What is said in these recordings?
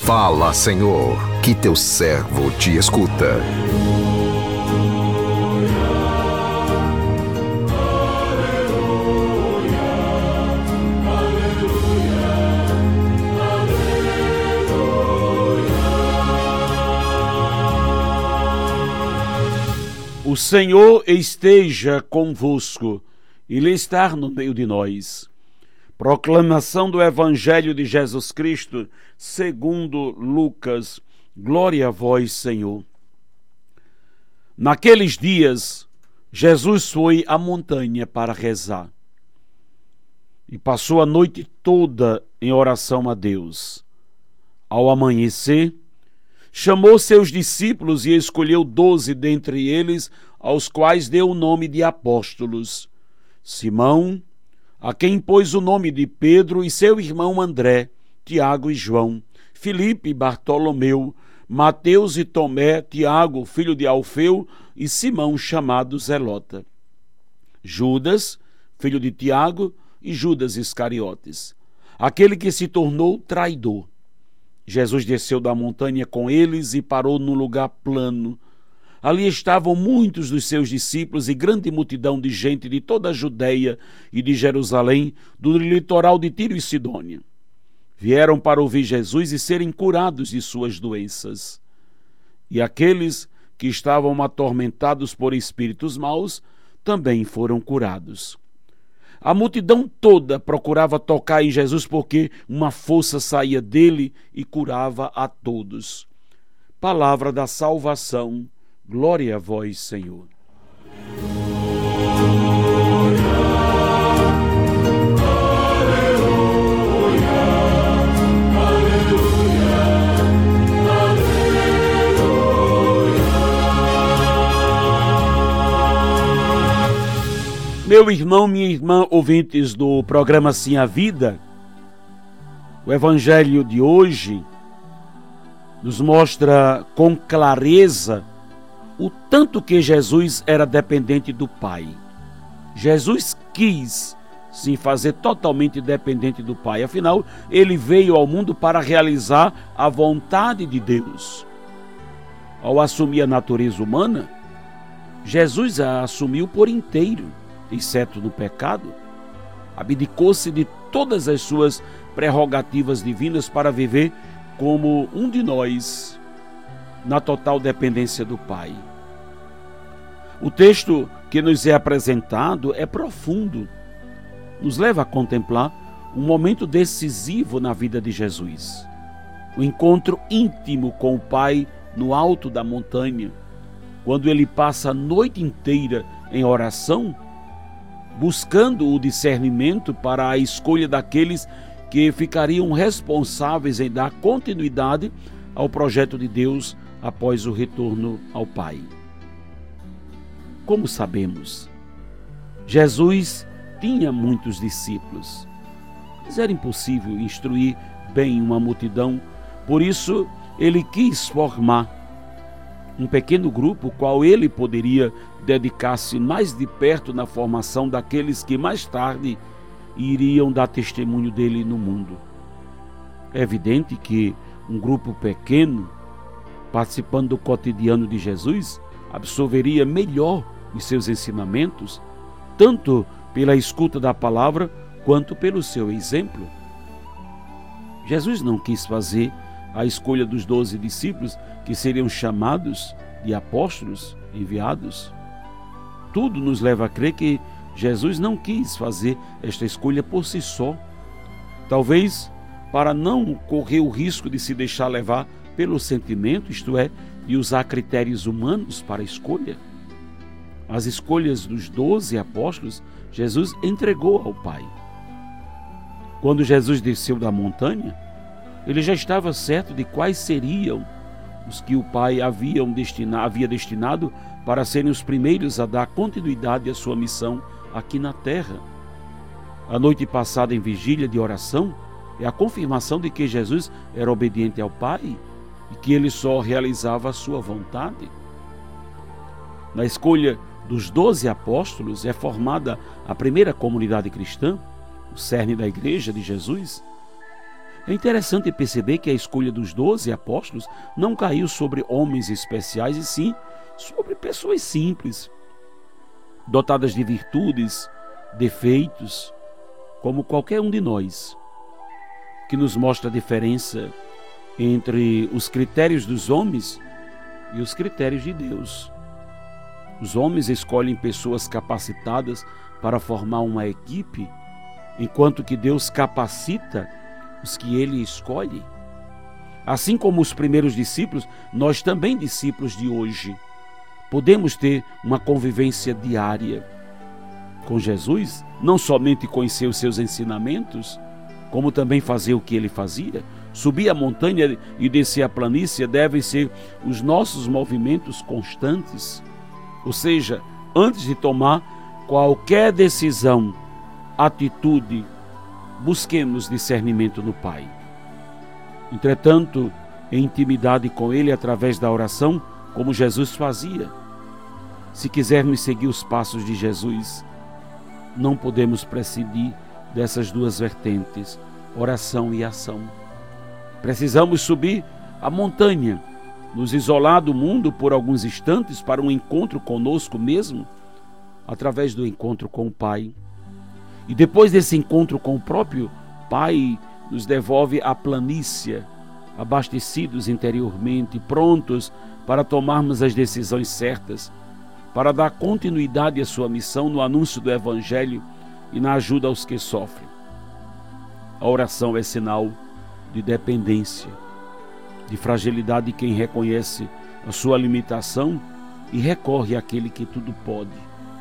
Fala, Senhor, que teu servo te escuta. O Senhor esteja convosco, Ele está no meio de nós. Proclamação do Evangelho de Jesus Cristo, segundo Lucas. Glória a vós, Senhor. Naqueles dias, Jesus foi à montanha para rezar e passou a noite toda em oração a Deus. Ao amanhecer, chamou seus discípulos e escolheu 12 dentre eles, aos quais deu o nome de apóstolos: Simão, a quem pôs o nome de Pedro, e seu irmão André, Tiago e João, Filipe e Bartolomeu, Mateus e Tomé, Tiago, filho de Alfeu, e Simão, chamado Zelota, Judas, filho de Tiago, e Judas Iscariotes, aquele que se tornou traidor. Jesus desceu da montanha com eles e parou num lugar plano. Ali estavam muitos dos seus discípulos e grande multidão de gente de toda a Judeia e de Jerusalém, do litoral de Tiro e Sidônia. Vieram para ouvir Jesus e serem curados de suas doenças. E aqueles que estavam atormentados por espíritos maus também foram curados. A multidão toda procurava tocar em Jesus, porque uma força saía dele e curava a todos. Palavra da salvação. Glória a vós, Senhor. Meu irmão, minha irmã, ouvintes do programa Sim a Vida, o Evangelho de hoje nos mostra com clareza o tanto que Jesus era dependente do Pai. Jesus quis se fazer totalmente dependente do Pai, afinal, ele veio ao mundo para realizar a vontade de Deus. Ao assumir a natureza humana, Jesus a assumiu por inteiro, exceto no pecado. Abdicou-se de todas as suas prerrogativas divinas para viver como um de nós, na total dependência do Pai. O texto que nos é apresentado é profundo, nos leva a contemplar um momento decisivo na vida de Jesus. O encontro íntimo com o Pai no alto da montanha, quando ele passa a noite inteira em oração, buscando o discernimento para a escolha daqueles que ficariam responsáveis em dar continuidade ao projeto de Deus após o retorno ao Pai. Como sabemos, Jesus tinha muitos discípulos, mas era impossível instruir bem uma multidão, por isso ele quis formar um pequeno grupo, qual ele poderia dedicar-se mais de perto na formação daqueles que mais tarde iriam dar testemunho dele no mundo. É evidente que um grupo pequeno, participando do cotidiano de Jesus, absorveria melhor os seus ensinamentos, tanto pela escuta da palavra, quanto pelo seu exemplo. Jesus não quis fazer a escolha dos 12 discípulos, que seriam chamados de apóstolos enviados. Tudo nos leva a crer que Jesus não quis fazer esta escolha por si só, talvez para não correr o risco de se deixar levar pelo sentimento, isto é, de usar critérios humanos para a escolha. As escolhas dos 12 apóstolos, Jesus entregou ao Pai. Quando Jesus desceu da montanha, ele já estava certo de quais seriam os que o Pai havia destinado para serem os primeiros a dar continuidade à sua missão aqui na terra. A noite passada em vigília de oração é a confirmação de que Jesus era obediente ao Pai e que ele só realizava a sua vontade. Na escolha dos 12 apóstolos é formada a primeira comunidade cristã, o cerne da igreja de Jesus. É interessante perceber que a escolha dos 12 apóstolos não caiu sobre homens especiais, e sim sobre pessoas simples, dotadas de virtudes, defeitos, como qualquer um de nós, que nos mostra a diferença entre os critérios dos homens e os critérios de Deus. Os homens escolhem pessoas capacitadas para formar uma equipe, enquanto que Deus capacita os que Ele escolhe. Assim como os primeiros discípulos, nós também, discípulos de hoje, podemos ter uma convivência diária com Jesus, não somente conhecer os seus ensinamentos, como também fazer o que Ele fazia. Subir a montanha e descer a planície devem ser os nossos movimentos constantes. Ou seja, antes de tomar qualquer decisão, atitude, busquemos discernimento no Pai. Entretanto, em intimidade com Ele através da oração, como Jesus fazia. Se quisermos seguir os passos de Jesus, não podemos prescindir dessas duas vertentes, oração e ação. Precisamos subir a montanha, nos isolar do mundo por alguns instantes para um encontro conosco mesmo, através do encontro com o Pai. E depois desse encontro com o próprio Pai, nos devolve à planície, abastecidos interiormente, prontos para tomarmos as decisões certas, para dar continuidade à sua missão no anúncio do Evangelho e na ajuda aos que sofrem. A oração é sinal de dependência, de fragilidade de quem reconhece a sua limitação e recorre àquele que tudo pode.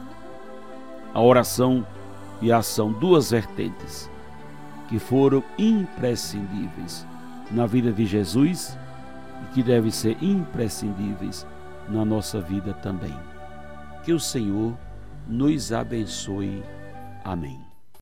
A oração e a ação, duas vertentes que foram imprescindíveis na vida de Jesus e que devem ser imprescindíveis na nossa vida também. Que o Senhor nos abençoe. Amém.